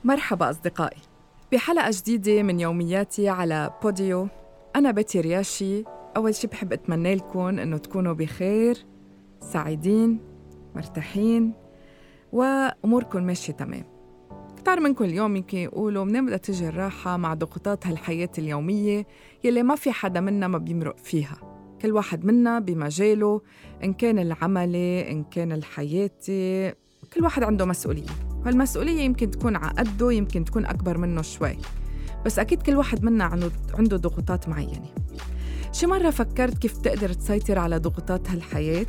مرحبا أصدقائي، بحلقة جديدة من يومياتي على بوديو. أنا بتي رياشي. أول شي بحب أتمنى لكم أنه تكونوا بخير، سعيدين، مرتاحين، وأموركم ماشية تمام. كتار منكم اليوم يمكن يقولوا منين بدها تجي الراحة مع ضغوطات هالحياة اليومية يلي ما في حدا منا ما بيمرق فيها. كل واحد منا بمجاله، إن كان العملي إن كان الحياتي، كل واحد عنده مسؤولية، والمسؤولية يمكن تكون عقده، يمكن تكون أكبر منه شوي، بس أكيد كل واحد منا عنده ضغوطات معينة. شي مرة فكرت كيف تقدر تسيطر على ضغوطات هالحياة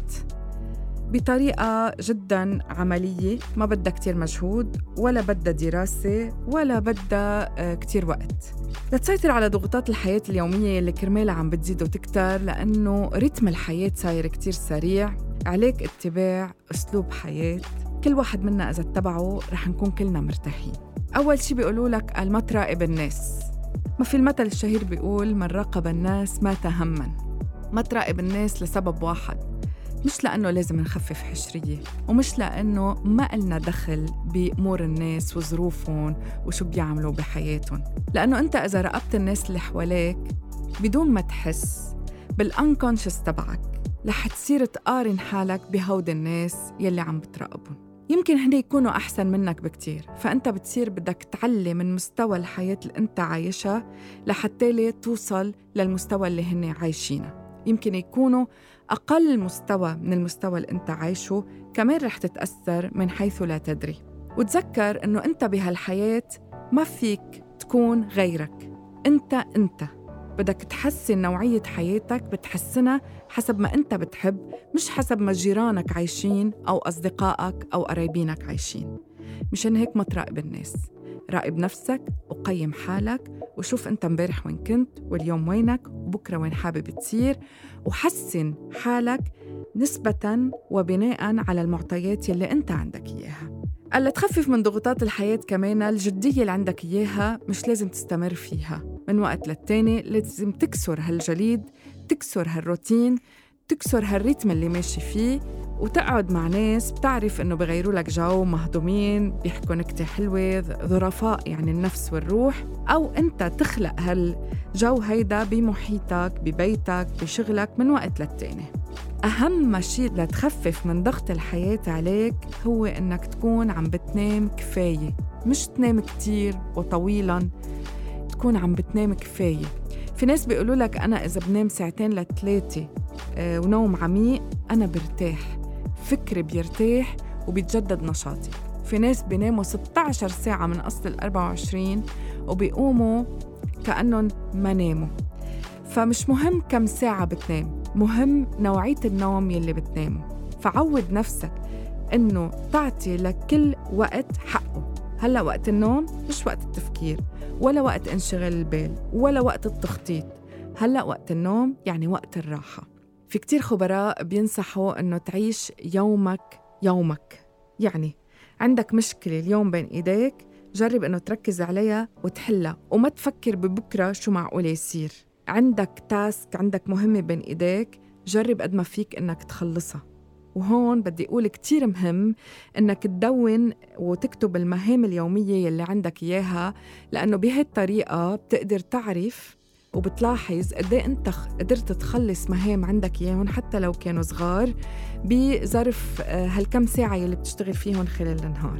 بطريقة جداً عملية، ما بدها كتير مجهود ولا بدها دراسة ولا بدها كتير وقت لتسيطر على ضغوطات الحياة اليومية اللي كرمالها عم بتزيد وتكتر، لأنه رتم الحياة صاير كتير سريع. عليك اتباع أسلوب حياة كل واحد منا إذا اتبعه رح نكون كلنا مرتاحين. أول شي بيقولوا لك ما تراقب الناس. ما في المثل الشهير بيقول من راقب الناس مات هماً. ما تراقب الناس لسبب واحد، مش لأنه لازم نخفف حشرية، ومش لأنه ما قلنا دخل بأمور الناس وظروفهم وشو بيعملوا بحياتهم، لأنه أنت إذا راقبت الناس اللي حواليك بدون ما تحس بالأنكونشس تبعك رح تصير تقارن حالك بهود الناس يلي عم بتراقبهم. يمكن هن يكونوا أحسن منك بكتير، فأنت بتصير بدك تعلي من مستوى الحياة اللي أنت عايشها لحتى توصل للمستوى اللي هن عايشينه. يمكن يكونوا أقل مستوى من المستوى اللي أنت عايشه، كمان رح تتأثر من حيث لا تدري. وتذكر أنه أنت بهالحياة ما فيك تكون غيرك. أنت بدك تحسن نوعية حياتك، بتحسنها حسب ما أنت بتحب، مش حسب ما جيرانك عايشين أو أصدقائك أو قرايبينك عايشين. مشان هيك ما تراقب الناس، راقب نفسك وقيم حالك وشوف أنت امبارح وين كنت واليوم وينك وبكرة وين حابب تصير، وحسن حالك نسبة وبناء على المعطيات يلي أنت عندك إياها. ألا تخفف من ضغوطات الحياة كمان الجدية اللي عندك إياها مش لازم تستمر فيها، من وقت للتاني لازم تكسر هالجليد، تكسر هالروتين، تكسر هالريتم اللي ماشي فيه، وتقعد مع ناس بتعرف إنه بغيروا لك جو، مهضومين، بيحكوا نكتة حلوة، ظرفاء يعني النفس والروح، أو أنت تخلق هالجو هيدا بمحيطك، ببيتك، بشغلك من وقت للتاني. أهم شيء لتخفف من ضغط الحياة عليك هو إنك تكون عم بتنام كفاية، مش تنام كتير وطويلاً، تكون عم بتنام كفاية. في ناس بيقولوا لك أنا إذا بنام 2 ل 3 ونوم عميق أنا برتاح، فكري بيرتاح وبيتجدد نشاطي. في ناس بيناموا 16 ساعة من أصل 24 وبيقوموا كأنهم ما ناموا. فمش مهم كم ساعة بتنام، مهم نوعية النوم يلي بتنامه. فعود نفسك إنه تعطي لكل وقت حقه. هلأ وقت النوم مش وقت التفكير ولا وقت انشغال البال ولا وقت التخطيط. هلأ وقت النوم يعني وقت الراحة. في كتير خبراء بينصحوا إنه تعيش يومك. يعني عندك مشكلة اليوم بين إيديك، جرب إنه تركز عليها وتحلها وما تفكر ببكرة شو معقول يصير. عندك تاسك، عندك مهمة بين إيديك، جرب قد ما فيك إنك تخلصها. وهون بدي أقول كتير مهم إنك تدون وتكتب المهام اليومية يلي عندك إياها، لأنه بهي الطريقة بتقدر تعرف وبتلاحظ قديه أنت قدرت تخلص مهام عندك إياهم حتى لو كانوا صغار بظرف هالكم ساعة يلي بتشتغل فيهم خلال النهار.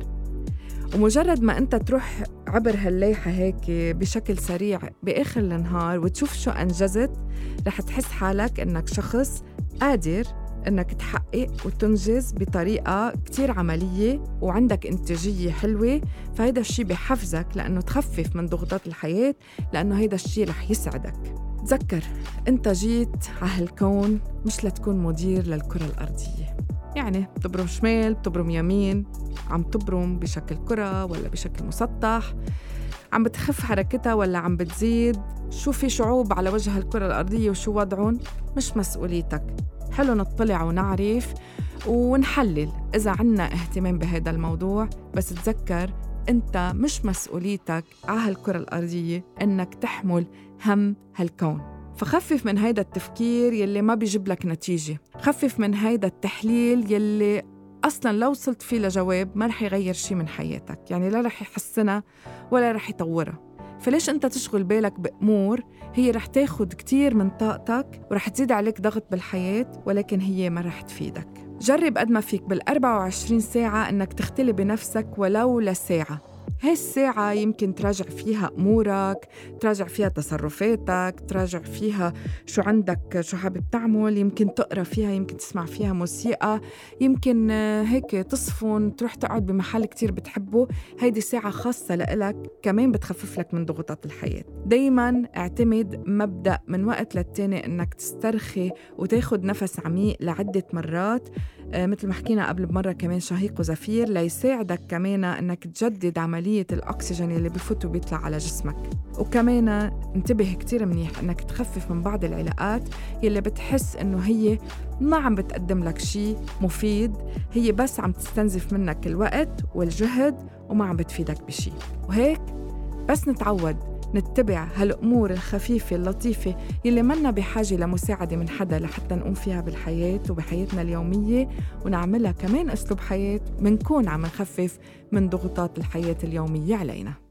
ومجرد ما أنت تروح عبر هالليحة هيك بشكل سريع بآخر النهار وتشوف شو أنجزت، رح تحس حالك إنك شخص قادر إنك تحقق وتنجز بطريقة كتير عملية وعندك إنتاجية حلوة. فهيدا الشي بيحفزك لأنه تخفف من ضغوطات الحياة، لأنه هيدا الشي رح يسعدك. تذكر أنت جيت على هالكون مش لتكون مدير للكرة الأرضية، يعني بتبرم شمال بتبرم يمين، عم تبرم بشكل كرة ولا بشكل مسطح، عم بتخف حركتها ولا عم بتزيد، شو في شعوب على وجه الكرة الأرضية وشو وضعهم مش مسؤوليتك. حلو نطلع ونعرف ونحلل إذا عنا اهتمام بهذا الموضوع، بس تذكر أنت مش مسؤوليتك على هالكرة الأرضية إنك تحمل هم هالكون. فخفف من هيدا التفكير يلي ما بيجيب لك نتيجة، خفف من هيدا التحليل يلي أصلاً لو وصلت فيه لجواب ما رح يغير شي من حياتك، يعني لا رح يحسنها ولا رح يطورها. فليش أنت تشغل بالك بأمور هي رح تاخد كتير من طاقتك ورح تزيد عليك ضغط بالحياة، ولكن هي ما رح تفيدك. جرب قد ما فيك بال24 ساعة أنك تختلي بنفسك ولو لساعة. هاي الساعة يمكن تراجع فيها أمورك، تراجع فيها تصرفاتك، تراجع فيها شو عندك، شو حابب تعمل، يمكن تقرأ فيها، يمكن تسمع فيها موسيقى، يمكن هيك تصفن، تروح تقعد بمحل كتير بتحبه. هيدي ساعة خاصة لإلك، كمان بتخفف لك من ضغوطات الحياة. دايماً اعتمد مبدأ من وقت للتاني إنك تسترخي وتاخد نفس عميق لعدة مرات، مثل ما حكينا قبل بمرة كمان شهيق وزفير، ليساعدك كمان إنك تجدد عملية الأكسجين اللي بفوت وبيطلع على جسمك. وكمان انتبه كتير منيح إنك تخفف من بعض العلاقات يلي بتحس إنه هي ما عم بتقدم لك شيء مفيد، هي بس عم تستنزف منك الوقت والجهد وما عم بتفيدك بشي. وهيك بس نتعود نتبع هالأمور الخفيفة اللطيفة يلي منا بحاجة لمساعدة من حدا لحتى نقوم فيها بالحياة وبحياتنا اليومية، ونعملها كمان أسلوب حياة، منكون عم نخفف من ضغوطات الحياة اليومية علينا.